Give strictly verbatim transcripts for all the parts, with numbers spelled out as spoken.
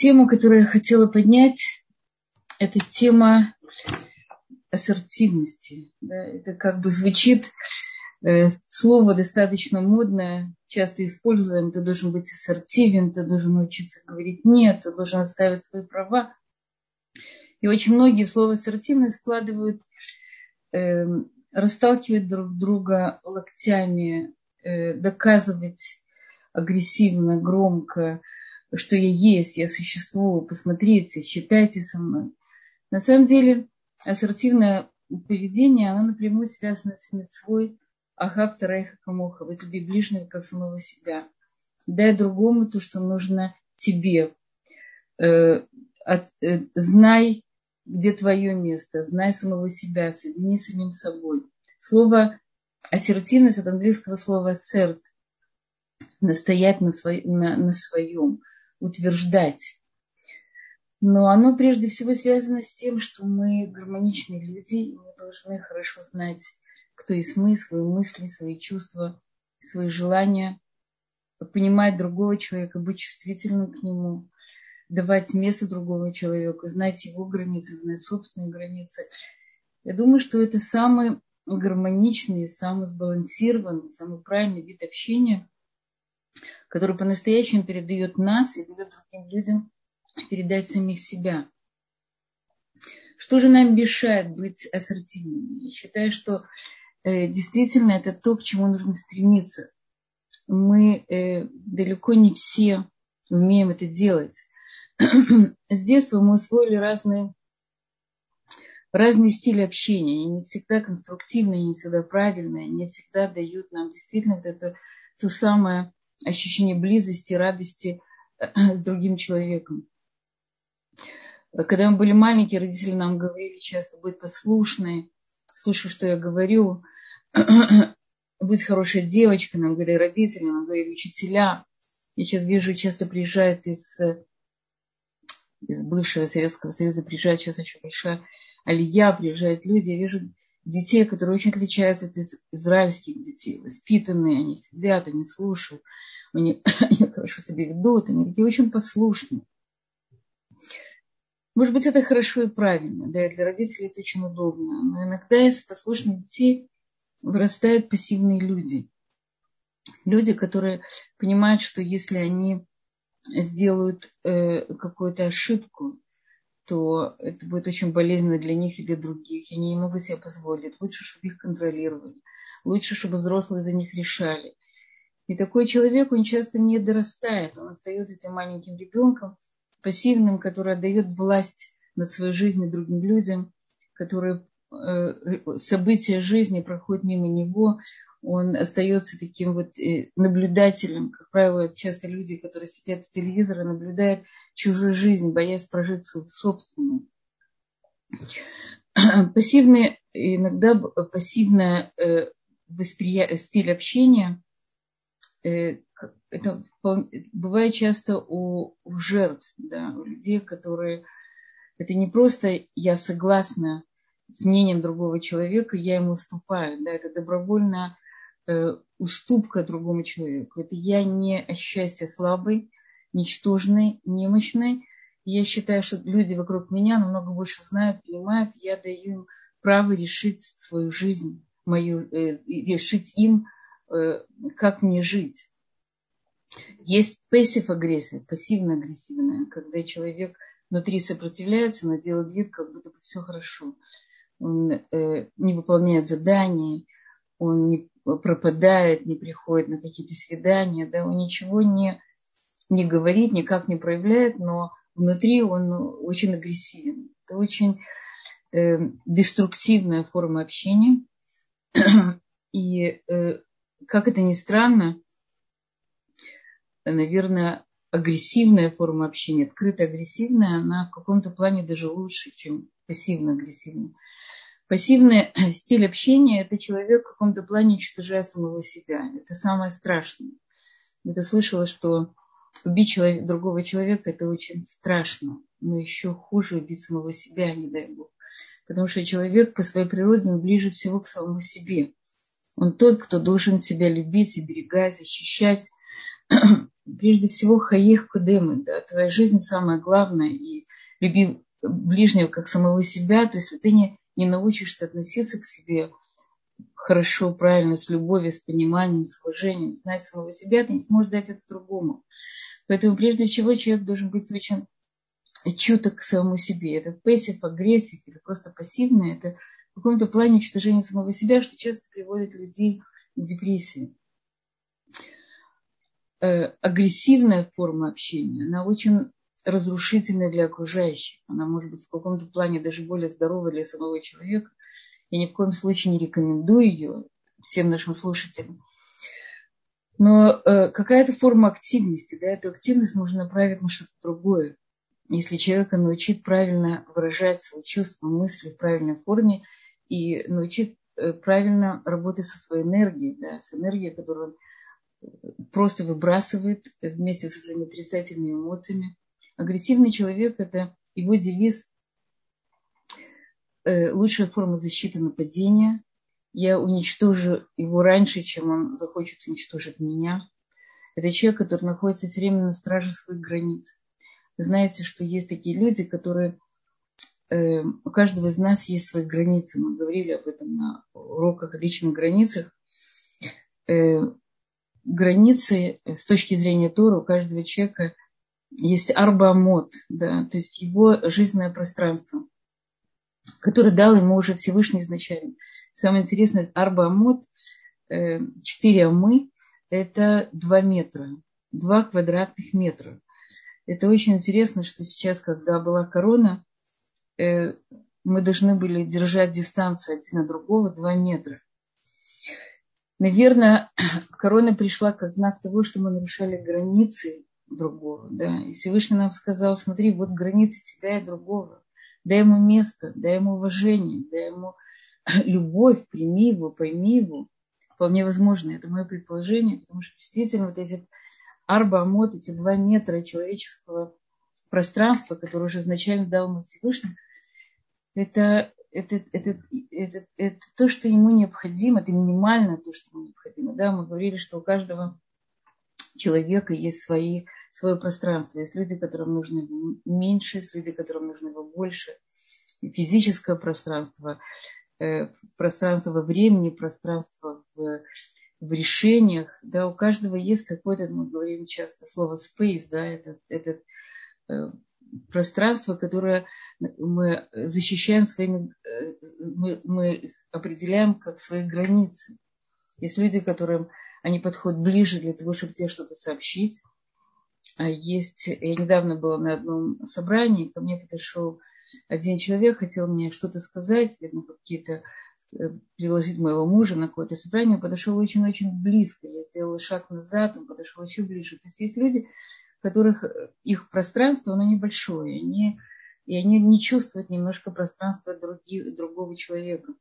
Тема, которую я хотела поднять, это тема ассертивности. Да? Это как бы звучит, э, слово достаточно модное, часто используем. Ты должен быть ассертивен, ты должен научиться говорить «нет», ты должен отстаивать свои права. И очень многие в слово ассертивность складывают, э, расталкивать друг друга локтями, э, доказывать агрессивно, громко, что я есть, я существую, посмотрите, считайте со мной. На самом деле ассертивное поведение, оно напрямую связано с мицвой Ахав Тарайха Камоха, возлюби ближнего как самого себя. Дай другому то, что нужно тебе. Э, от, э, знай, где твое место, знай самого себя, соедини с самим собой. Слово ассертивность от английского слова assert, настоять на, свой, на, на своем, утверждать. Но оно прежде всего связано с тем, что мы гармоничные люди, и мы должны хорошо знать, кто есть мы, свои мысли, свои чувства, свои желания, понимать другого человека, быть чувствительным к нему, давать место другому человеку, знать его границы, знать собственные границы. Я думаю, что это самый гармоничный, самый сбалансированный, самый правильный вид общения, который по-настоящему передает нас и дает другим людям передать самих себя. Что же нам мешает быть ассертивными? Я считаю, что э, действительно это то, к чему нужно стремиться. Мы э, далеко не все умеем это делать. С детства мы усвоили разные, разные стили общения. Они не всегда конструктивные, не всегда правильные, не всегда дают нам действительно вот это то самое ощущение близости, радости с другим человеком. Когда мы были маленькие, родители нам говорили часто: будь послушной, слушай, что я говорю, будь хорошей девочкой, нам говорили родители, нам говорили учителя. Я сейчас вижу, часто приезжают из, из бывшего Советского Союза, приезжает сейчас очень большая алия, приезжают люди. Я вижу детей, которые очень отличаются от израильских детей, воспитанные, они сидят, они слушают, они, они хорошо себя ведут, они такие очень послушные. Может быть, это хорошо и правильно, да, и для родителей это очень удобно. Но иногда из послушных детей вырастают пассивные люди. Люди, которые понимают, что если они сделают э, какую-то ошибку, то это будет очень болезненно для них и для других. И они не могут себе позволить. Лучше, чтобы их контролировали. Лучше, чтобы взрослые за них решали. И такой человек, он часто не дорастает. Он остается этим маленьким ребенком, пассивным, который отдает власть над своей жизнью другим людям, которые э, события жизни проходят мимо него, он остается таким вот э, наблюдателем. Как правило, часто люди, которые сидят у телевизора, наблюдают чужую жизнь, боясь прожить свою собственную. Пассивный, иногда пассивный э, восприя... стиль общения э, это бывает часто у, у жертв, да, у людей, которые... Это не просто я согласна с мнением другого человека, я ему уступаю. Да, это добровольная э, уступка другому человеку. Это я не ощущаю себя слабой, ничтожной, немощной. Я считаю, что люди вокруг меня намного больше знают, понимают. Я даю им право решить свою жизнь, мою, э, решить им, э, как мне жить. Есть пассив-агрессия, пассивно-агрессивная, когда человек внутри сопротивляется, но делает вид, как будто бы все хорошо. Он э, не выполняет задания, он не пропадает, не приходит на какие-то свидания, да, он ничего не, не говорит, никак не проявляет, но внутри он очень агрессивен. Это очень э, деструктивная форма общения. И э, как это ни странно, наверное, агрессивная форма общения, открыто агрессивная, она в каком-то плане даже лучше, чем пассивно-агрессивная. Пассивный стиль общения – это человек в каком-то плане уничтожая самого себя. Это самое страшное. Я слышала, что убить человека, другого человека – это очень страшно, но еще хуже убить самого себя, не дай бог. Потому что человек по своей природе он ближе всего к самому себе. Он тот, кто должен себя любить, оберегать, защищать. прежде всего, хаех кудемы, да, твоя жизнь самое главное, и люби ближнего как самого себя, то есть ты не, не научишься относиться к себе хорошо, правильно, с любовью, с пониманием, с уважением, знать самого себя, ты не сможешь дать это другому. Поэтому прежде всего человек должен быть очень чуток к самому себе. Этот пассив, агрессив или просто пассивный, это в каком-то плане уничтожение самого себя, что часто приводит людей к депрессии. Э, агрессивная форма общения, она очень разрушительная для окружающих. Она может быть в каком-то плане даже более здоровой для самого человека. Я ни в коем случае не рекомендую ее всем нашим слушателям. Но э, какая-то форма активности, да, эту активность нужно направить на что-то другое. Если человека научить правильно выражать свои чувства, мысли в правильной форме и научить э, правильно работать со своей энергией, да, с энергией, которую он просто выбрасывает вместе со своими отрицательными эмоциями. Агрессивный человек – это его девиз э, лучшая форма защиты нападения. Я уничтожу его раньше, чем он захочет уничтожить меня. Это человек, который находится все время на страже своих границ. Вы знаете, что есть такие люди, которые... Э, у каждого из нас есть свои границы. Мы говорили об этом на уроках о личных границах. Э, границы с точки зрения Торы у каждого человека есть арба-амот, да, то есть его жизненное пространство, которое дал ему уже Всевышний изначально. Самое интересное, арба-амот, четыре амы, это два метра, два квадратных метра. Это очень интересно, что сейчас, когда была корона, мы должны были держать дистанцию один от другого два метра. Наверное, корона пришла как знак того, что мы нарушали границы другого. Да? И Всевышний нам сказал, смотри, вот границы тебя и другого. Дай ему место, дай ему уважение, дай ему любовь, прими его, пойми его. Вполне возможно, это мое предположение, потому что действительно вот эти арба амот, эти два метра человеческого пространства, которое уже изначально дал ему Всевышний, это... Это, это, это, это то, что ему необходимо, это минимально то, что ему необходимо. Да, мы говорили, что у каждого человека есть свои, свое пространство. Есть люди, которым нужно меньше, есть люди, которым нужно его больше. Физическое пространство, э, пространство во времени, пространство в, в решениях. Да, у каждого есть какое-то, мы говорим часто слово space, да, это, это э, пространство, которое мы защищаем своими, мы, мы определяем как свои границы. Есть люди, которым они подходят ближе для того, чтобы тебе что-то сообщить. А есть, я недавно была на одном собрании, ко мне подошел один человек, хотел мне что-то сказать, ну, какие-то, пригласить моего мужа на какое-то собрание, он подошел очень-очень близко. Я сделала шаг назад, он подошел еще ближе. То есть есть люди, у которых их пространство, оно небольшое, они, и они не чувствуют немножко пространства других, другого человека.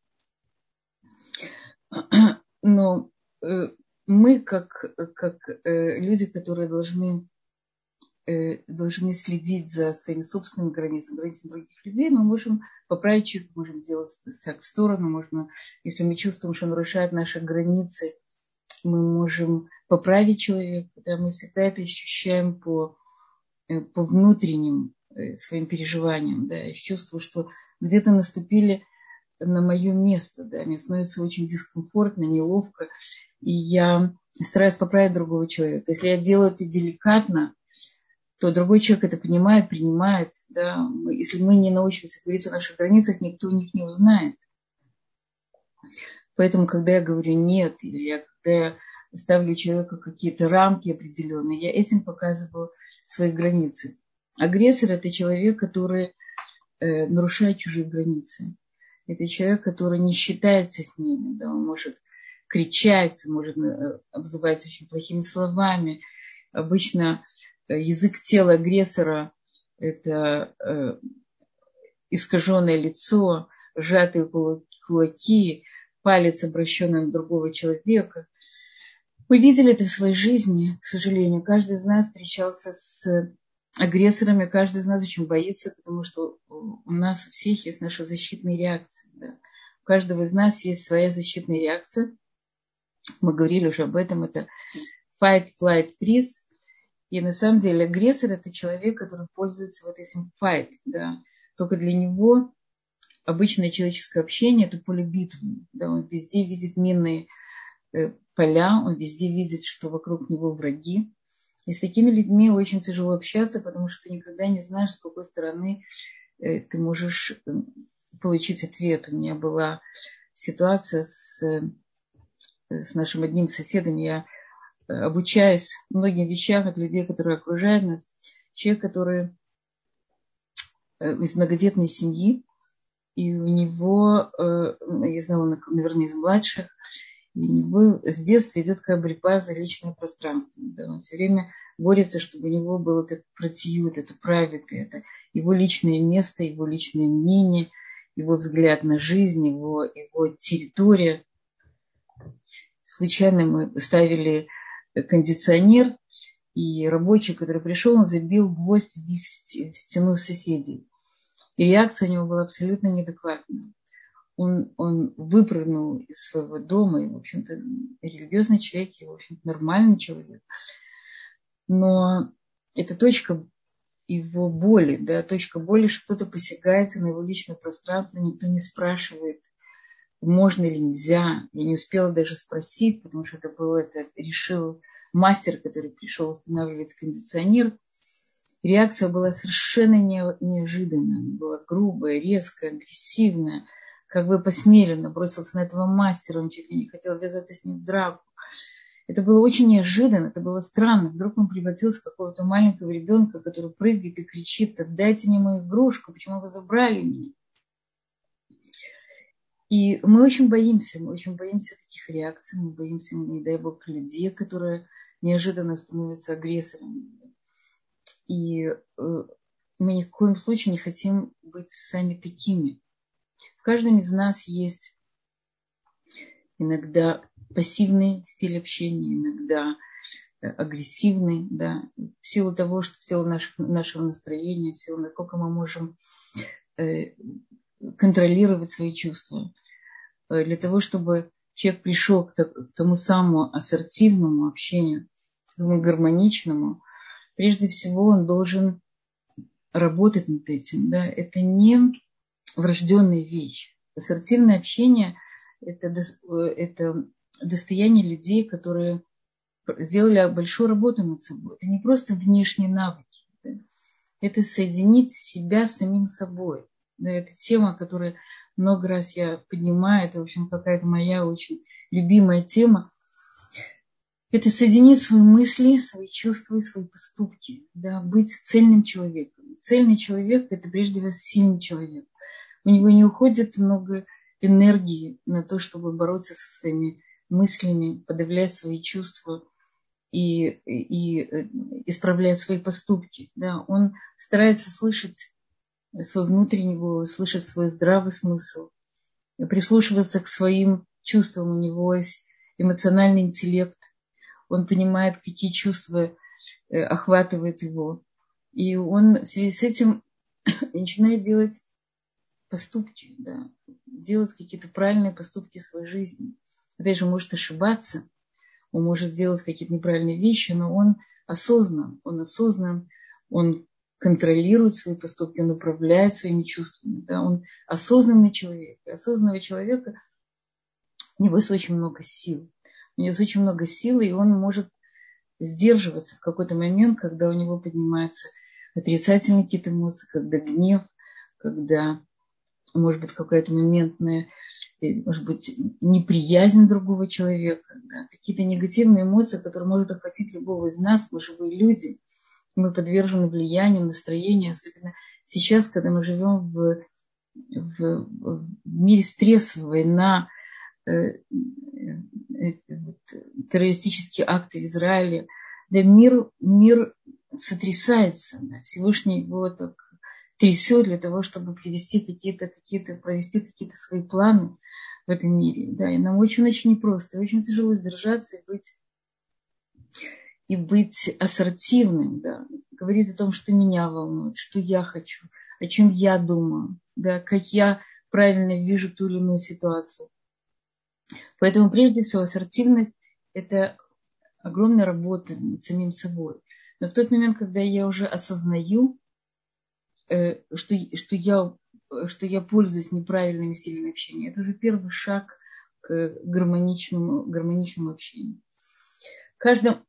Но э, мы, как, как э, люди, которые должны, э, должны следить за своими собственными границами, границами других людей, мы можем поправить человека, можем сделать шаг в сторону, можно, если мы чувствуем, что он нарушает наши границы, мы можем поправить человека, да, мы всегда это ощущаем по, по внутренним своим переживаниям, да, я чувствую, что где-то наступили на мое место, да, мне становится очень дискомфортно, неловко, и я стараюсь поправить другого человека. Если я делаю это деликатно, то другой человек это понимает, принимает, да, если мы не научимся говорить о наших границах, никто о них не узнает. Поэтому, когда я говорю «нет», или я, когда я ставлю человеку какие-то рамки определенные, я этим показываю свои границы. Агрессор – это человек, который э, нарушает чужие границы. Это человек, который не считается с ними. Да? Он может кричать, может обзывать очень плохими словами. Обычно язык тела агрессора – это э, искаженное лицо, сжатые кулаки, палец, обращенный на другого человека. Мы видели это в своей жизни, к сожалению. Каждый из нас встречался с агрессорами, каждый из нас очень боится, потому что у нас у всех есть наша защитная реакция. Да. У каждого из нас есть своя защитная реакция. Мы говорили уже об этом. Это fight, flight, freeze. И на самом деле агрессор – это человек, который пользуется вот этим fight, да. Только для него обычное человеческое общение – это поле битвы. Да. Он везде видит минные э, поля, он везде видит, что вокруг него враги. И с такими людьми очень тяжело общаться, потому что ты никогда не знаешь, с какой стороны э, ты можешь э, получить ответ. У меня была ситуация с, э, с нашим одним соседом. Я обучаюсь многим вещам от людей, которые окружают нас. Человек, который из многодетной семьи, и у него, я знаю, он, наверное, из младших, и у него с детства идет такая борьба за личное пространство. Да? Он все время борется, чтобы у него был этот протиют, это private, это его личное место, его личное мнение, его взгляд на жизнь, его, его территория. Случайно мы ставили кондиционер, и рабочий, который пришел, он забил гвоздь в их стену соседей. И реакция у него была абсолютно неадекватная. Он, он выпрыгнул из своего дома, и, в общем-то, религиозный человек, и, в общем-то, нормальный человек. Но это точка его боли, да, точка боли, что кто-то посягается на его личное пространство, никто не спрашивает, можно или нельзя. Я не успела даже спросить, потому что это было, это решил мастер, который пришел устанавливать кондиционер. Реакция была совершенно не, неожиданная. Она была грубая, резкая, агрессивная. Как бы посмели, он набросился на этого мастера, он чуть ли не хотел ввязаться с ним в драку. Это было очень неожиданно, это было странно. Вдруг он превратился в какого-то маленького ребенка, который прыгает и кричит: «Отдайте мне мою игрушку, почему вы забрали меня?» И мы очень боимся, мы очень боимся таких реакций, мы боимся, не дай бог, людей, которые неожиданно становятся агрессорами. И э, мы ни в коем случае не хотим быть сами такими. В каждом из нас есть иногда пассивный стиль общения, иногда агрессивный, да, в силу того, что в силу нашего, нашего настроения, в силу, насколько мы можем э, контролировать свои чувства. Для того, чтобы человек пришел к тому самому ассертивному общению, к тому гармоничному, прежде всего он должен работать над этим. Да? Это не врожденная вещь. Ассертивное общение – это, это достояние людей, которые сделали большую работу над собой. Это не просто внешние навыки. Да? Это соединить себя с самим собой. Да? Это тема, которая много раз я поднимаю. Это, в общем, какая-то моя очень любимая тема. Это соединить свои мысли, свои чувства и свои поступки. Да? Быть цельным человеком. Цельный человек – это прежде всего сильный человек. У него не уходит много энергии на то, чтобы бороться со своими мыслями, подавлять свои чувства и, и, и исправлять свои поступки. Да? Он старается слышать свой внутренний голос, слышать свой здравый смысл, прислушиваться к своим чувствам. У него есть эмоциональный интеллект. Он понимает, какие чувства охватывают его. И он в связи с этим начинает делать поступки, да, делать какие-то правильные поступки в своей жизни. Опять же, может ошибаться, он может делать какие-то неправильные вещи, но он осознан, он осознан, он контролирует свои поступки, он управляет своими чувствами, да, он осознанный человек. И осознанного человека у него есть очень много сил. У него есть очень много сил, и он может сдерживаться в какой-то момент, когда у него поднимаются отрицательные какие-то эмоции, когда гнев, когда, может быть, какая-то моментная, может быть, неприязнь другого человека, да, какие-то негативные эмоции, которые могут охватить любого из нас. Мы живые люди, мы подвержены влиянию, настроению, особенно сейчас, когда мы живем в, в, в мире стресса, война, э, эти, вот, террористические акты в Израиле. Да, мир, мир сотрясается, да, Всевышний его так трясет для того, чтобы привести какие-то, какие-то, провести какие-то свои планы в этом мире. Да, и нам очень-очень непросто, очень тяжело сдержаться и быть, и быть ассертивным, да, говорить о том, что меня волнует, что я хочу, о чем я думаю, да, как я правильно вижу ту или иную ситуацию. Поэтому, прежде всего, ассертивность – это огромная работа над самим собой. Но в тот момент, когда я уже осознаю, э, что, что, я, что я пользуюсь неправильными стилями общения, это уже первый шаг к гармоничному, гармоничному общению. В каждом,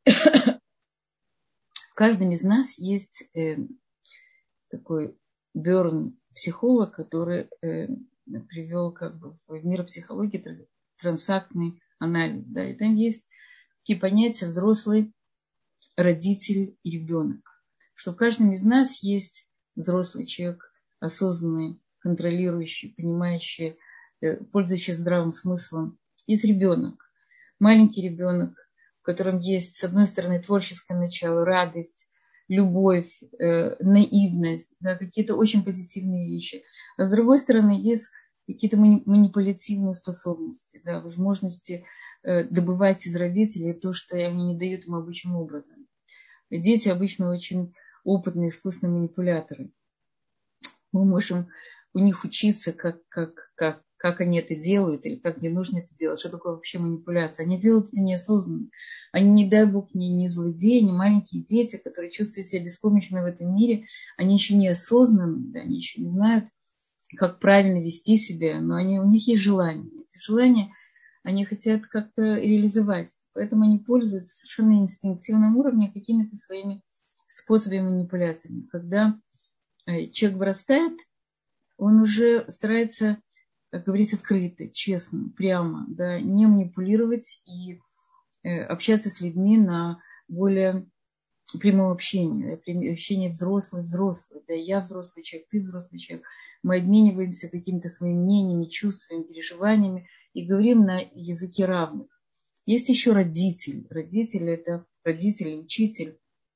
в каждом из нас есть э, такой Бёрн, психолог, который э, привел как бы в мир психологии трансактный анализ. Да, и там есть такие понятия: взрослый, родитель и ребенок. Что в каждом из нас есть взрослый человек, осознанный, контролирующий, понимающий, э, пользующийся здравым смыслом. Есть ребенок, маленький ребенок, в котором есть, с одной стороны, творческое начало, радость, любовь, э, наивность, да, какие-то очень позитивные вещи. А с другой стороны, есть какие-то манипулятивные способности, да, возможности э, добывать из родителей то, что они не дают им обычным образом. Дети обычно очень опытные, искусные манипуляторы. Мы можем у них учиться, как, как, как, как они это делают, или как не нужно это делать, что такое вообще манипуляция. Они делают это неосознанно. Они, не дай бог, не, не злодеи, не маленькие дети, которые чувствуют себя беспомощными в этом мире. Они еще не осознанны, да, они еще не знают, как правильно вести себя, но они, у них есть желания. Эти желания они хотят как-то реализовать. Поэтому они пользуются совершенно инстинктивным уровнем какими-то своими способами манипуляциями. Когда человек вырастает, он уже старается говорить открыто, честно, прямо, да, не манипулировать и общаться с людьми на более прямом общении, общение взрослый-взрослый. Да, я взрослый человек, ты взрослый человек. Мы обмениваемся какими-то своими мнениями, чувствами, переживаниями и говорим на языке равных. Есть еще родитель. Родитель – это родитель, учитель.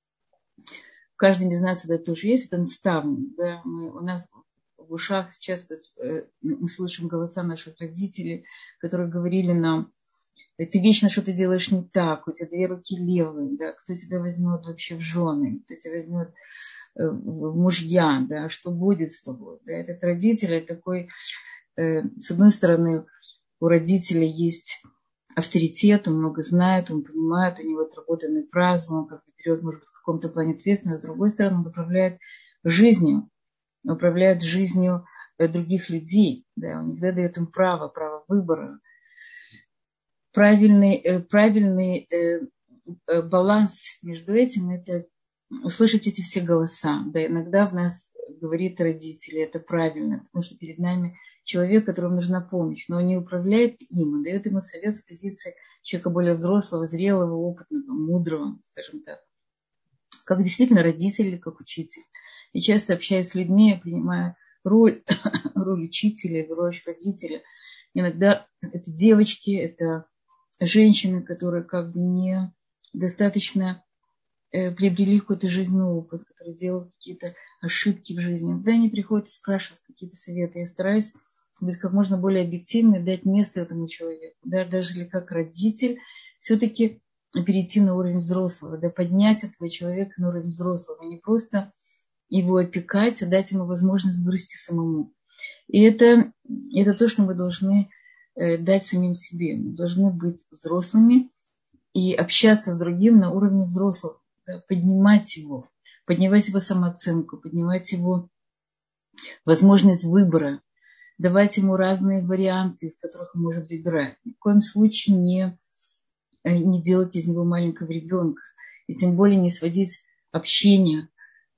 В каждом из нас это тоже есть, это наставник. Да? Мы, у нас в ушах часто э, мы слышим голоса наших родителей, которые говорили нам: ты вечно что-то делаешь не так, у тебя две руки левые, да, кто тебя возьмет вообще в жены, кто тебя возьмет в мужья, да, что будет с тобой. Да? Этот родитель такой, э, с одной стороны, у родителя есть авторитет, он много знает, он понимает, у него отработанные фразы, он как бы берет, может быть, в каком-то плане ответственность, с другой стороны, он управляет жизнью, управляет жизнью других людей, да, он всегда дает им право, право выбора. Правильный, правильный баланс между этим – это услышать эти все голоса. Да, иногда в нас говорит родители, это правильно, потому что перед нами человек, которому нужна помощь, но он не управляет им, он дает ему совет с позиции человека более взрослого, зрелого, опытного, мудрого, скажем так. Как действительно родитель, как учитель. И часто, общаясь с людьми, я принимаю роль, роль учителя, роль родителя. Иногда это девочки, это женщины, которые как бы не достаточно э, приобрели какой-то жизненный опыт, которые делают какие-то ошибки в жизни. Иногда они приходят и спрашивают какие-то советы. Я стараюсь быть как можно более объективной, дать место этому человеку. Да, даже ли как родитель, все-таки перейти на уровень взрослого, да, поднять этого человека на уровень взрослого, не просто его опекать, а дать ему возможность вырасти самому. И это, это то, что мы должны э, дать самим себе. Мы должны быть взрослыми и общаться с другим на уровне взрослого, да, поднимать его, поднимать его самооценку, поднимать его возможность выбора, давать ему разные варианты, из которых он может выбирать. Ни в коем случае не, не делать из него маленького ребенка. И тем более не сводить общение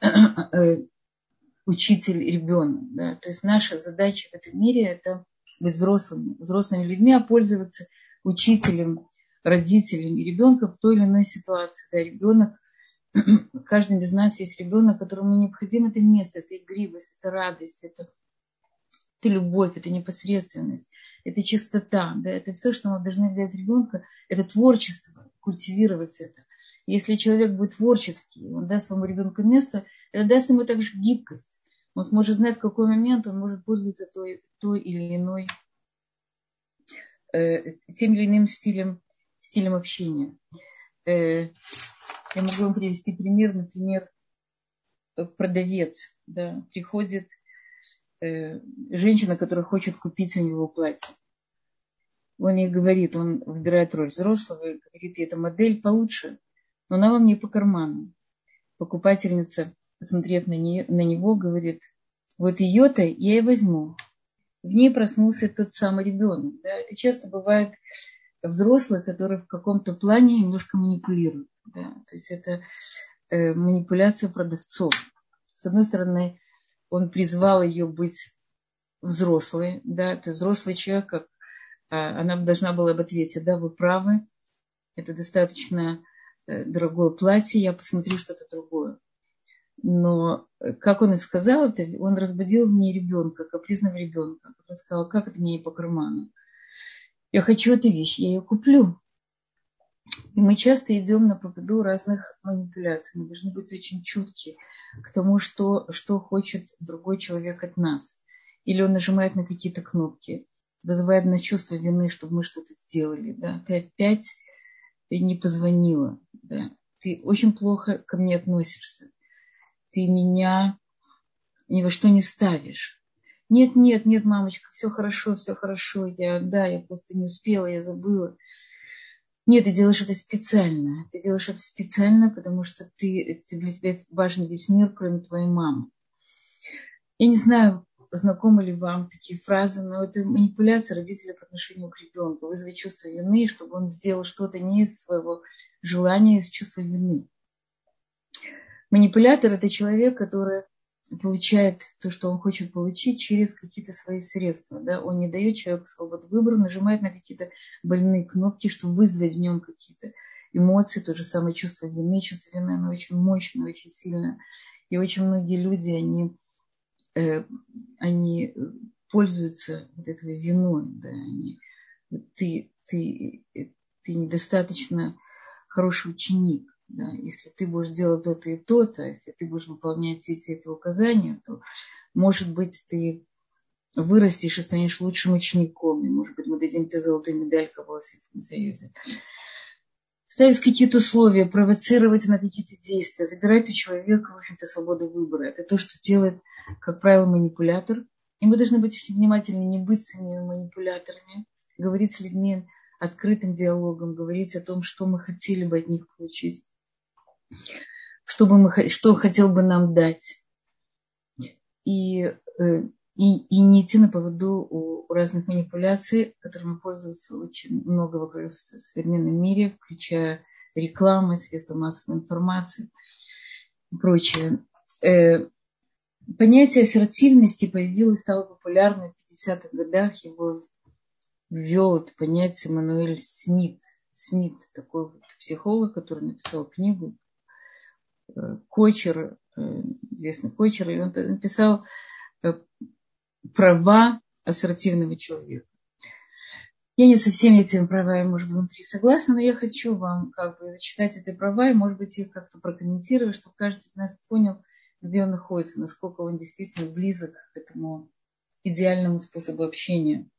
учитель-ребенок. Да. То есть наша задача в этом мире – это быть взрослыми, взрослыми людьми, а пользоваться учителем, родителем и ребенком в той или иной ситуации. Да, ребенок, в каждом из нас есть ребенок, которому необходимо это место, это игривость, это радость, это, это любовь, это непосредственность, это чистота. Да, это все, что мы должны взять с ребенка, это творчество, культивировать это. Если человек будет творческий, он даст своему ребенку место, это даст ему также гибкость. Он сможет знать, в какой момент он может пользоваться той, той или иной, э, тем или иным стилем, стилем общения. Э, я могу вам привести пример. Например, продавец, да, приходит э, женщина, которая хочет купить у него платье. Он ей говорит, он выбирает роль взрослого и говорит, эта модель получше, но она вам не по карману. покупательница, посмотрев на, нее, на него, говорит, вот ее-то я и возьму. В ней проснулся тот самый ребенок. Да? Это часто бывает взрослые, которые в каком-то плане немножко манипулируют. Да? То есть это э, манипуляция продавцов. С одной стороны, он призвал ее быть взрослой, да, то есть взрослый человек, как, а, она должна была бы ответить, да, вы правы, это достаточно э, дорогое платье, я посмотрю что-то другое. Но, как он и сказал, это, он разбудил в ней ребенка, капризного ребенка. Он сказал, как это мне не по карману? Я хочу эту вещь, я ее куплю. И мы часто идем на поводу разных манипуляций. Мы должны быть очень чутки к тому, что, что хочет другой человек от нас. Или он нажимает на какие-то кнопки, вызывает на чувство вины, чтобы мы что-то сделали. Да? Ты опять не позвонила. Да? Ты очень плохо ко мне относишься. Ты меня ни во что не ставишь. Нет, нет, нет, мамочка, все хорошо, все хорошо. Я, да, я просто не успела, я забыла. Нет, ты делаешь это специально. Ты делаешь это специально, потому что ты, для тебя важен весь мир, кроме твоей мамы. Я не знаю, знакомы ли вам такие фразы, но это манипуляция родителя по отношению к ребенку. Вызвать чувство вины, чтобы он сделал что-то не из своего желания, а из чувства вины. Манипулятор – это человек, который получает то, что он хочет получить через какие-то свои средства. Да? Он не дает человеку свободу выбора, нажимает на какие-то больные кнопки, чтобы вызвать в нем какие-то эмоции, то же самое чувство вины. Чувство вины, оно очень мощное, очень сильное. И очень многие люди, они, э, они пользуются вот этой виной. Да? Они, ты, ты, ты недостаточно хороший ученик. Да, если ты будешь делать то-то и то-то, если ты будешь выполнять эти, эти указания, то, может быть, ты вырастешь и станешь лучшим учеником. И, может быть, мы дадим тебе золотую медаль в Советском Союзе. Ставить какие-то условия, провоцировать на какие-то действия, забирать у человека, в общем-то, свободу выбора. Это то, что делает, как правило, манипулятор. И мы должны быть очень внимательны, не быть самими манипуляторами, говорить с людьми открытым диалогом, говорить о том, что мы хотели бы от них получить. Что, бы мы, что хотел бы нам дать. И, и, и не идти на поводу у разных манипуляций, которыми пользуются очень много в современном мире, включая рекламу, средства массовой информации и прочее. Понятие ассертивности появилось, стало популярным в пятидесятых годах. Его ввел это понятие Мануэль Смит. Смит, такой вот психолог, который написал книгу Кочер, известный Кочер, и он написал права ассертивного человека. Я не со всеми этими правами, может быть, внутри согласна, но я хочу вам как бы зачитать эти права и, может быть, их как-то прокомментировать, чтобы каждый из нас понял, где он находится, насколько он действительно близок к этому идеальному способу общения.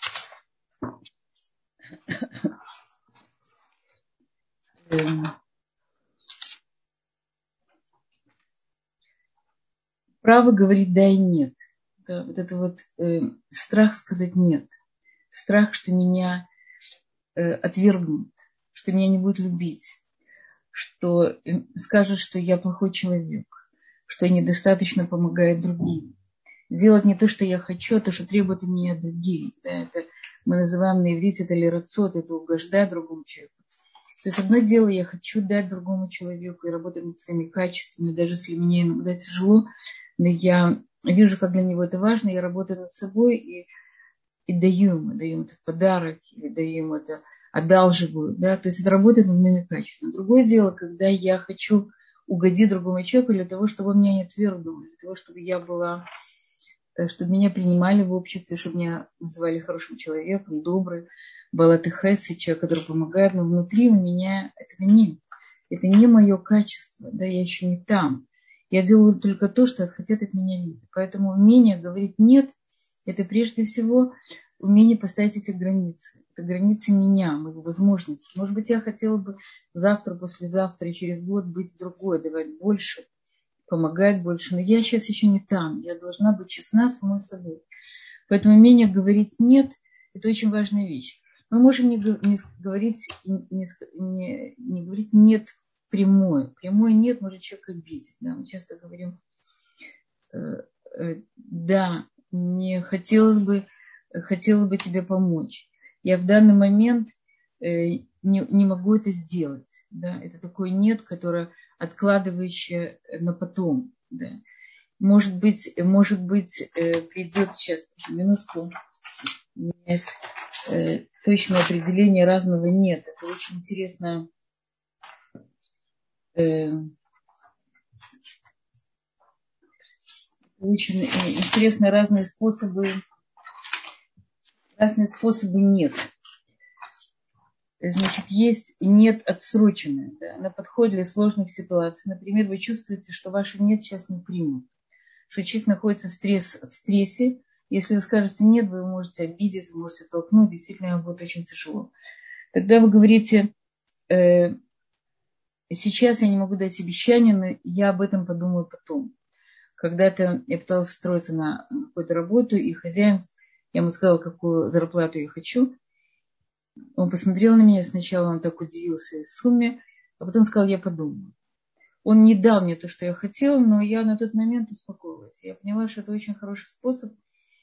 Право говорить да и нет. Да, вот это вот э, страх сказать нет. Страх, что меня э, отвергнут, что меня не будут любить, что э, скажут, что я плохой человек, что я недостаточно помогаю другим. Делать не то, что я хочу, а то, что требуют от меня другие. Да, это мы называем на иврите это лирацот, это угождать другому человеку. То есть одно дело, я хочу дать другому человеку и работать над своими качествами, даже если мне иногда тяжело, но я вижу, как для него это важно, я работаю над собой и, и даю ему, даю ему этот подарок, или даю ему это, одалживаю. Да? То есть это работает над моими качествами. Другое дело, когда я хочу угодить другому человеку для того, чтобы он меня не отвергнул, для того, чтобы я была, чтобы меня принимали в обществе, чтобы меня называли хорошим человеком, добрым, балат хесед, человек, который помогает, но внутри у меня этого нет. Это не мое качество, да, я еще не там. Я делаю только то, что хотят от меня люди. Поэтому умение говорить «нет» – это прежде всего умение поставить эти границы. Это границы меня, моих возможностей. Может быть, я хотела бы завтра, послезавтра и через год быть другой, давать больше, помогать больше. Но я сейчас еще не там. Я должна быть честна с самой собой. Поэтому умение говорить «нет» – это очень важная вещь. Мы можем не, не говорить, не, не, не говорить «нет» прямое. Прямое нет может человек обидеть. Да? Мы часто говорим, э, э, да, мне хотелось бы, хотела бы тебе помочь. Я в данный момент э, не, не могу это сделать. Да? Это такое нет, которое откладывающее на потом. Да? Может быть, может быть, э, придет сейчас, минутку, у меня есть э, точное определение разного нет. Это очень интересно. Э, очень интересно разные способы, разные способы нет. Значит, есть нет отсроченное, да, на подходе для сложных ситуаций. Например, вы чувствуете, что ваше нет сейчас не примут, что человек находится в, стресс, в стрессе. Если вы скажете нет, вы можете обидеть, вы можете толкнуть, действительно, вам будет очень тяжело. Тогда вы говорите, э, сейчас я не могу дать обещание, но я об этом подумаю потом. Когда-то я пыталась устроиться на какую-то работу, и хозяин, я ему сказала, какую зарплату я хочу. Он посмотрел на меня, сначала он так удивился сумме, а потом сказал, я подумаю. Он не дал мне то, что я хотела, но я на тот момент успокоилась. Я поняла, что это очень хороший способ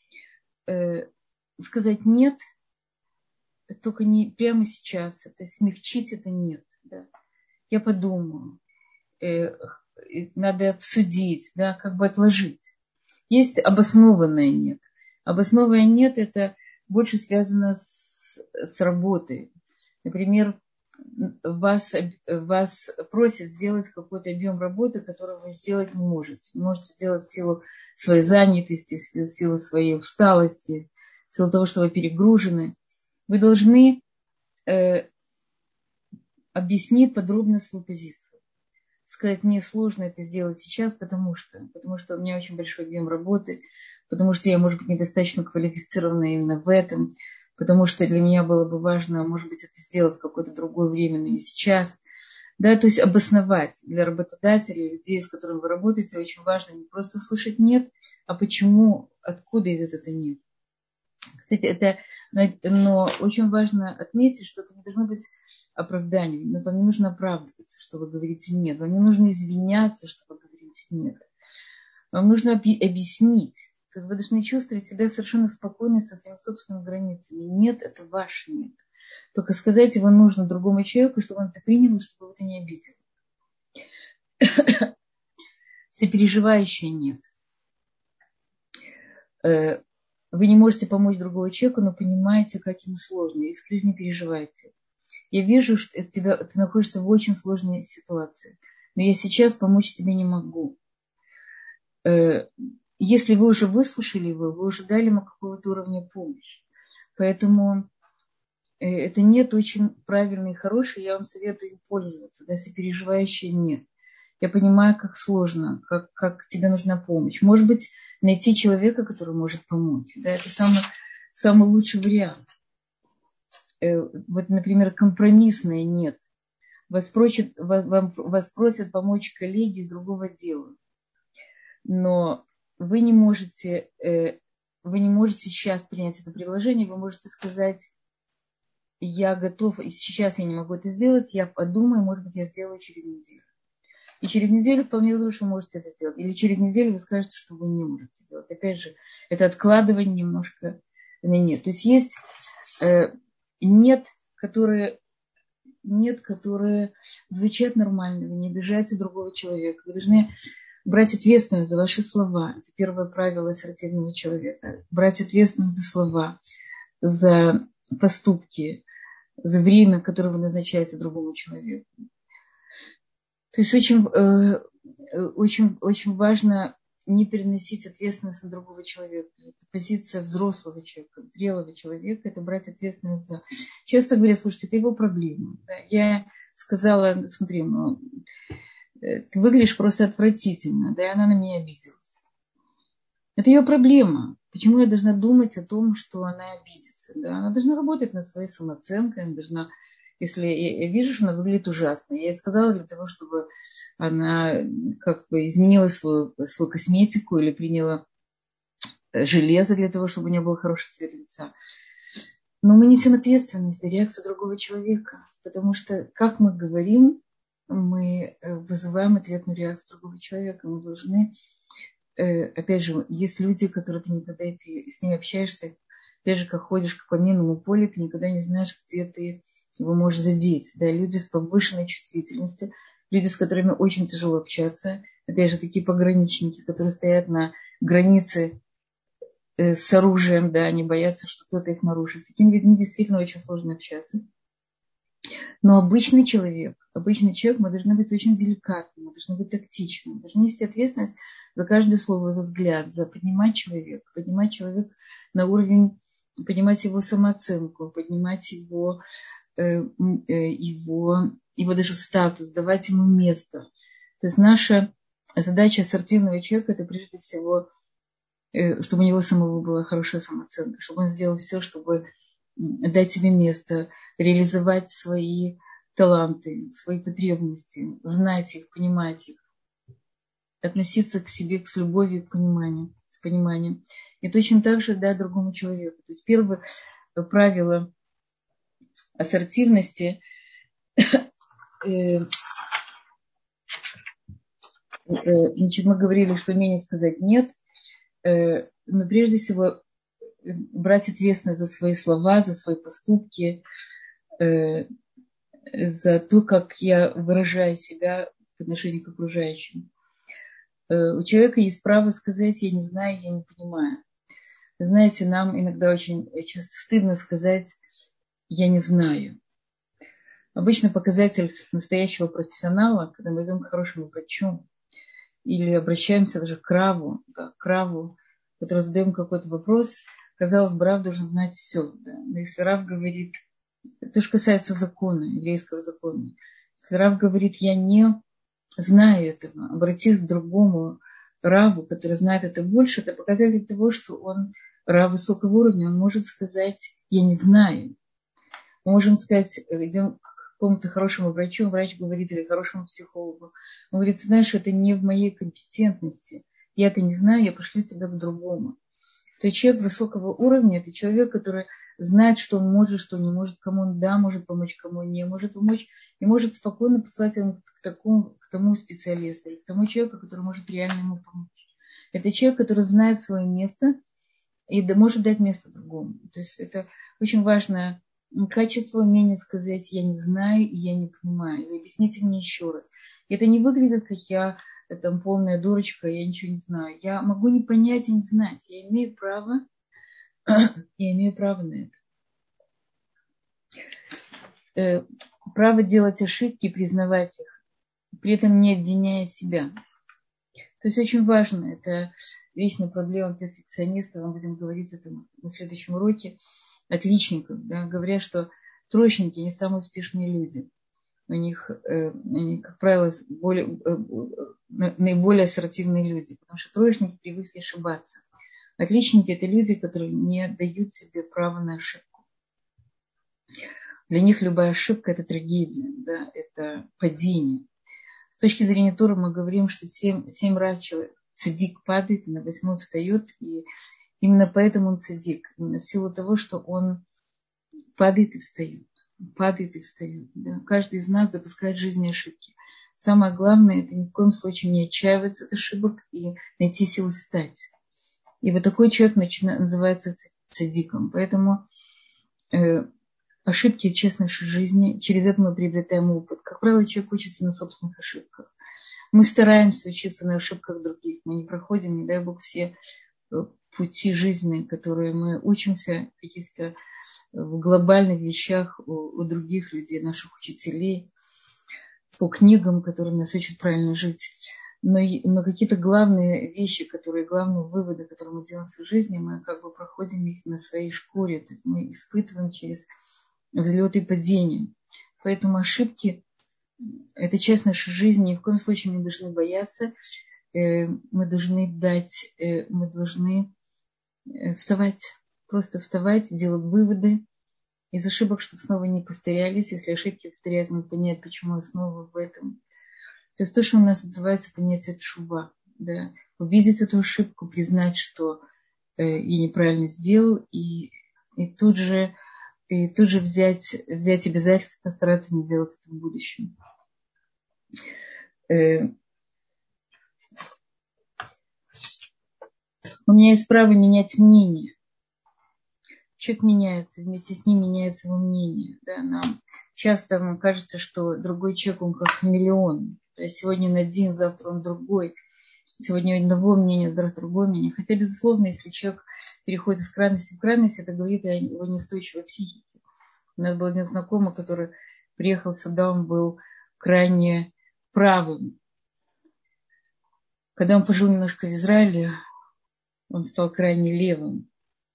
э, сказать нет, только не прямо сейчас, это смягчить это нет. Да. Я подумаю, э, надо обсудить, да, как бы отложить. Есть обоснованное нет. Обоснованное нет – это больше связано с, с работой. Например, вас, вас просят сделать какой-то объем работы, который вы сделать не можете. Не можете сделать в силу своей занятости, в силу своей усталости, в силу того, что вы перегружены. Вы должны э, объяснить подробно свою позицию. Сказать, мне сложно это сделать сейчас, потому что, потому что у меня очень большой объем работы, потому что я, может быть, недостаточно квалифицирована именно в этом, потому что для меня было бы важно, может быть, это сделать в какое-то другое время, но не сейчас. Да, то есть обосновать для работодателей, людей, с которыми вы работаете, очень важно не просто услышать «нет», а почему, откуда идет это «нет». Кстати, это, но очень важно отметить, что это не должно быть оправданием. Но вам не нужно оправдываться, что вы говорите «нет». Вам не нужно извиняться, что вы говорите «нет». Вам нужно объяснить. То есть вы должны чувствовать себя совершенно спокойно со своими собственными границами. Нет, это ваш «нет». Только сказать его нужно другому человеку, чтобы он это принял, чтобы его это не обидел. Сопереживающее «нет». Вы не можете помочь другому человеку, но понимаете, как ему сложно, и искренне переживаете. Я вижу, что тебя, ты находишься в очень сложной ситуации, но я сейчас помочь тебе не могу. Если вы уже выслушали его, вы уже дали ему какого-то уровня помощи. Поэтому это «нет» очень правильный и хороший, я вам советую им пользоваться. Да, сопереживающее «нет». Я понимаю, как сложно, как, как тебе нужна помощь. Может быть, найти человека, который может помочь. Да, это самый, самый лучший вариант. Вот, например, компромиссное «нет». Вас просят, вам, вас просят помочь коллеги из другого дела. Но вы не можете, вы не можете сейчас принять это предложение. Вы можете сказать, я готов, и сейчас я не могу это сделать, я подумаю, может быть, я сделаю через неделю. И через неделю вполне возможно, вы можете это сделать. Или через неделю вы скажете, что вы не можете сделать. Опять же, это откладывание немножко на нет. То есть есть э, нет, которые, нет, которые звучат нормально. Вы не обижаете другого человека. Вы должны брать ответственность за ваши слова. Это первое правило ассертивного человека. Брать ответственность за слова, за поступки, за время, которое вы назначаете другому человеку. То есть очень, э, очень, очень важно не переносить ответственность на другого человека. Это позиция взрослого человека, зрелого человека, это брать ответственность за... Часто говорят, слушайте, это его проблема. Да? Я сказала, смотри, ну, ты выглядишь просто отвратительно, да, и она на меня обиделась. Это ее проблема. Почему я должна думать о том, что она обидится? Да? Она должна работать над своей самооценкой, она должна... Если я вижу, что она выглядит ужасно, я ей сказала для того, чтобы она как бы изменила свою, свою косметику или приняла железо для того, чтобы у нее был хороший цвет лица. Но мы несем ответственность за реакцию другого человека, потому что, как мы говорим, мы вызываем ответную реакцию другого человека. Мы должны, опять же, есть люди, которые ты никогда, ты с ними общаешься, опять же, как ходишь по минному полю, ты никогда не знаешь, где ты его можешь задеть. Да, люди с повышенной чувствительностью, люди, с которыми очень тяжело общаться, опять же, такие пограничники, которые стоят на границе э, с оружием, да, они боятся, что кто-то их нарушит. С такими людьми действительно очень сложно общаться. Но обычный человек, обычный человек, мы должны быть очень деликатны, мы должны быть тактичны, мы должны нести ответственность за каждое слово, за взгляд, за поднимать человека, поднимать человека на уровень, поднимать его самооценку, поднимать его, э, э, его, его даже статус, давать ему место. То есть наша задача ассертивного человека – это прежде всего, э, чтобы у него самого была хорошая самооценка, чтобы он сделал все, чтобы дать себе место, реализовать свои таланты, свои потребности, знать их, понимать их, относиться к себе с любовью, к пониманию, с пониманием. И точно так же дать другому человеку. То есть первое правило ассертивности э, значит, мы говорили, что умение сказать «нет», э, но прежде всего брать ответственность за свои слова, за свои поступки, э, за то, как я выражаю себя в отношении к окружающим. У человека есть право сказать «я не знаю, я не понимаю». Знаете, нам иногда очень часто стыдно сказать «я не знаю». Обычно показатель настоящего профессионала, когда мы идем к хорошему врачу или обращаемся даже к раву, да, к раву, который задаем какой-то вопрос, казалось бы, рав должен знать все. Да? Но если рав говорит, то, что касается закона, еврейского закона, если рав говорит «я не знаю этого», обратись к другому раву, который знает это больше, это показатель того, что он рав высокого уровня, он может сказать «я не знаю». Мы можем сказать, идем к какому-то хорошему врачу, врач говорит, или хорошему психологу, он говорит, знаешь, это не в моей компетентности, я это не знаю, я пошлю тебя к другому. То есть человек высокого уровня, это человек, который знает, что он может, что не может, кому он да, может помочь, кому не может помочь, и может спокойно послать его к, такому, к тому специалисту, или к тому человеку, который может реально ему помочь. Это человек, который знает свое место и да, может дать место другому. То есть это очень важное качество, умение сказать «я не знаю» и «я не понимаю». Или объясните мне еще раз. И это не выглядит, как я там полная дурочка, я ничего не знаю. Я могу не понять и не знать. Я имею право, я имею право на это. Право делать ошибки и признавать их, при этом не обвиняя себя. То есть очень важно, это вечная проблема перфекционистов, мы будем говорить это на следующем уроке, отличников, да, говорят, что троечники не самые успешные люди. У них, э, они, как правило, более, э, наиболее ассертивные люди, потому что троечники привыкли ошибаться. Отличники – это люди, которые не дают себе права на ошибку. Для них любая ошибка – это трагедия, да, это падение. С точки зрения Торы мы говорим, что семь, семь раз человек, цадик падает, и на восьмой встает, и именно поэтому он цадик, именно в силу того, что он падает и встает, падает и встает. Да. Каждый из нас допускает в жизни ошибки. Самое главное – это ни в коем случае не отчаиваться от ошибок и найти силы встать. И вот такой человек начинает, называется цадиком. Поэтому э, ошибки – это часть нашей жизни. Через это мы приобретаем опыт. Как правило, человек учится на собственных ошибках. Мы стараемся учиться на ошибках других. Мы не проходим, не дай Бог, все пути жизни, которые мы учимся в каких-то в глобальных вещах у, у других людей, наших учителей, по книгам, которые нас учат правильно жить. Но, но какие-то главные вещи, которые, главные выводы, которые мы делаем в своей жизни, мы как бы проходим их на своей шкуре. То есть мы испытываем через взлеты и падения. Поэтому ошибки – это часть нашей жизни. Ни в коем случае мы не должны бояться. Мы должны дать, мы должны вставать, просто вставать, делать выводы из ошибок, чтобы снова не повторялись. Если ошибки повторяются, надо понять, почему я снова в этом. То есть то, что у нас называется понятие тшува. Да? Увидеть эту ошибку, признать, что э, я неправильно сделал, и, и тут же, и тут же взять, взять обязательство, стараться не делать это в будущем. Э, у меня есть право менять мнение. Человек меняется, вместе с ним меняется его мнение. Да? Нам часто нам кажется, что другой человек, он как хамелеон. То есть сегодня он один, завтра он другой. Сегодня одного мнения, завтра другое мнение. Хотя, безусловно, если человек переходит из крайности в крайность, это говорит о его неустойчивой психике. У нас был один знакомый, который приехал сюда, он был крайне правым. Когда он пожил немножко в Израиле, он стал крайне левым.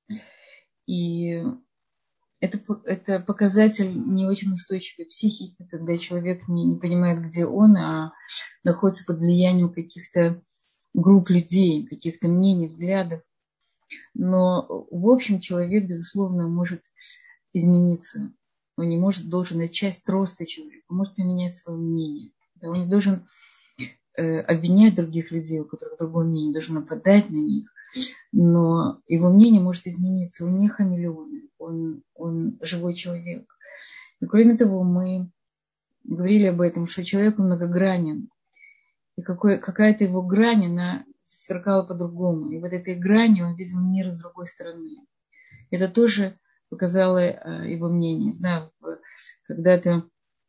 И это, это показатель не очень устойчивой психики, когда человек не, не понимает, где он, а находится под влиянием каких-то групп людей, каких-то мнений, взглядов. Но, в общем, человек, безусловно, может измениться. Он не может, должен, это часть роста человека, он может поменять свое мнение. Он не должен э, обвинять других людей, у которых другое мнение, не должен нападать на них. Но его мнение может измениться. Он не хамелеон, он, он живой человек. И кроме того, мы говорили об этом, что человек многогранен. И какой, какая-то его грань, она сверкала по-другому. И вот этой гранью он видел мир с другой стороны. Это тоже показало э, его мнение. Не знаю, когда-то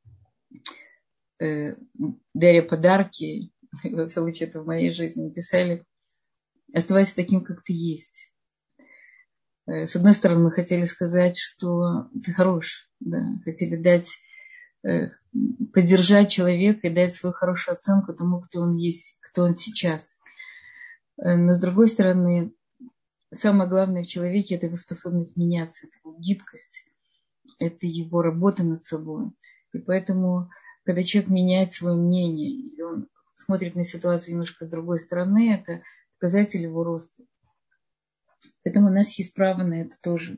э, даря подарки, во всяком случае, это в моей жизни, писали: оставайся таким, как ты есть. Э, с одной стороны, мы хотели сказать, что ты хорош. Да? Хотели дать, э, поддержать человека и дать свою хорошую оценку тому, кто он есть, кто он сейчас. Э, но с другой стороны, самое главное в человеке – это его способность меняться, это его гибкость, это его работа над собой. И поэтому, когда человек меняет свое мнение, или он смотрит на ситуацию немножко с другой стороны, это показатель его роста. Поэтому у нас есть право на это тоже.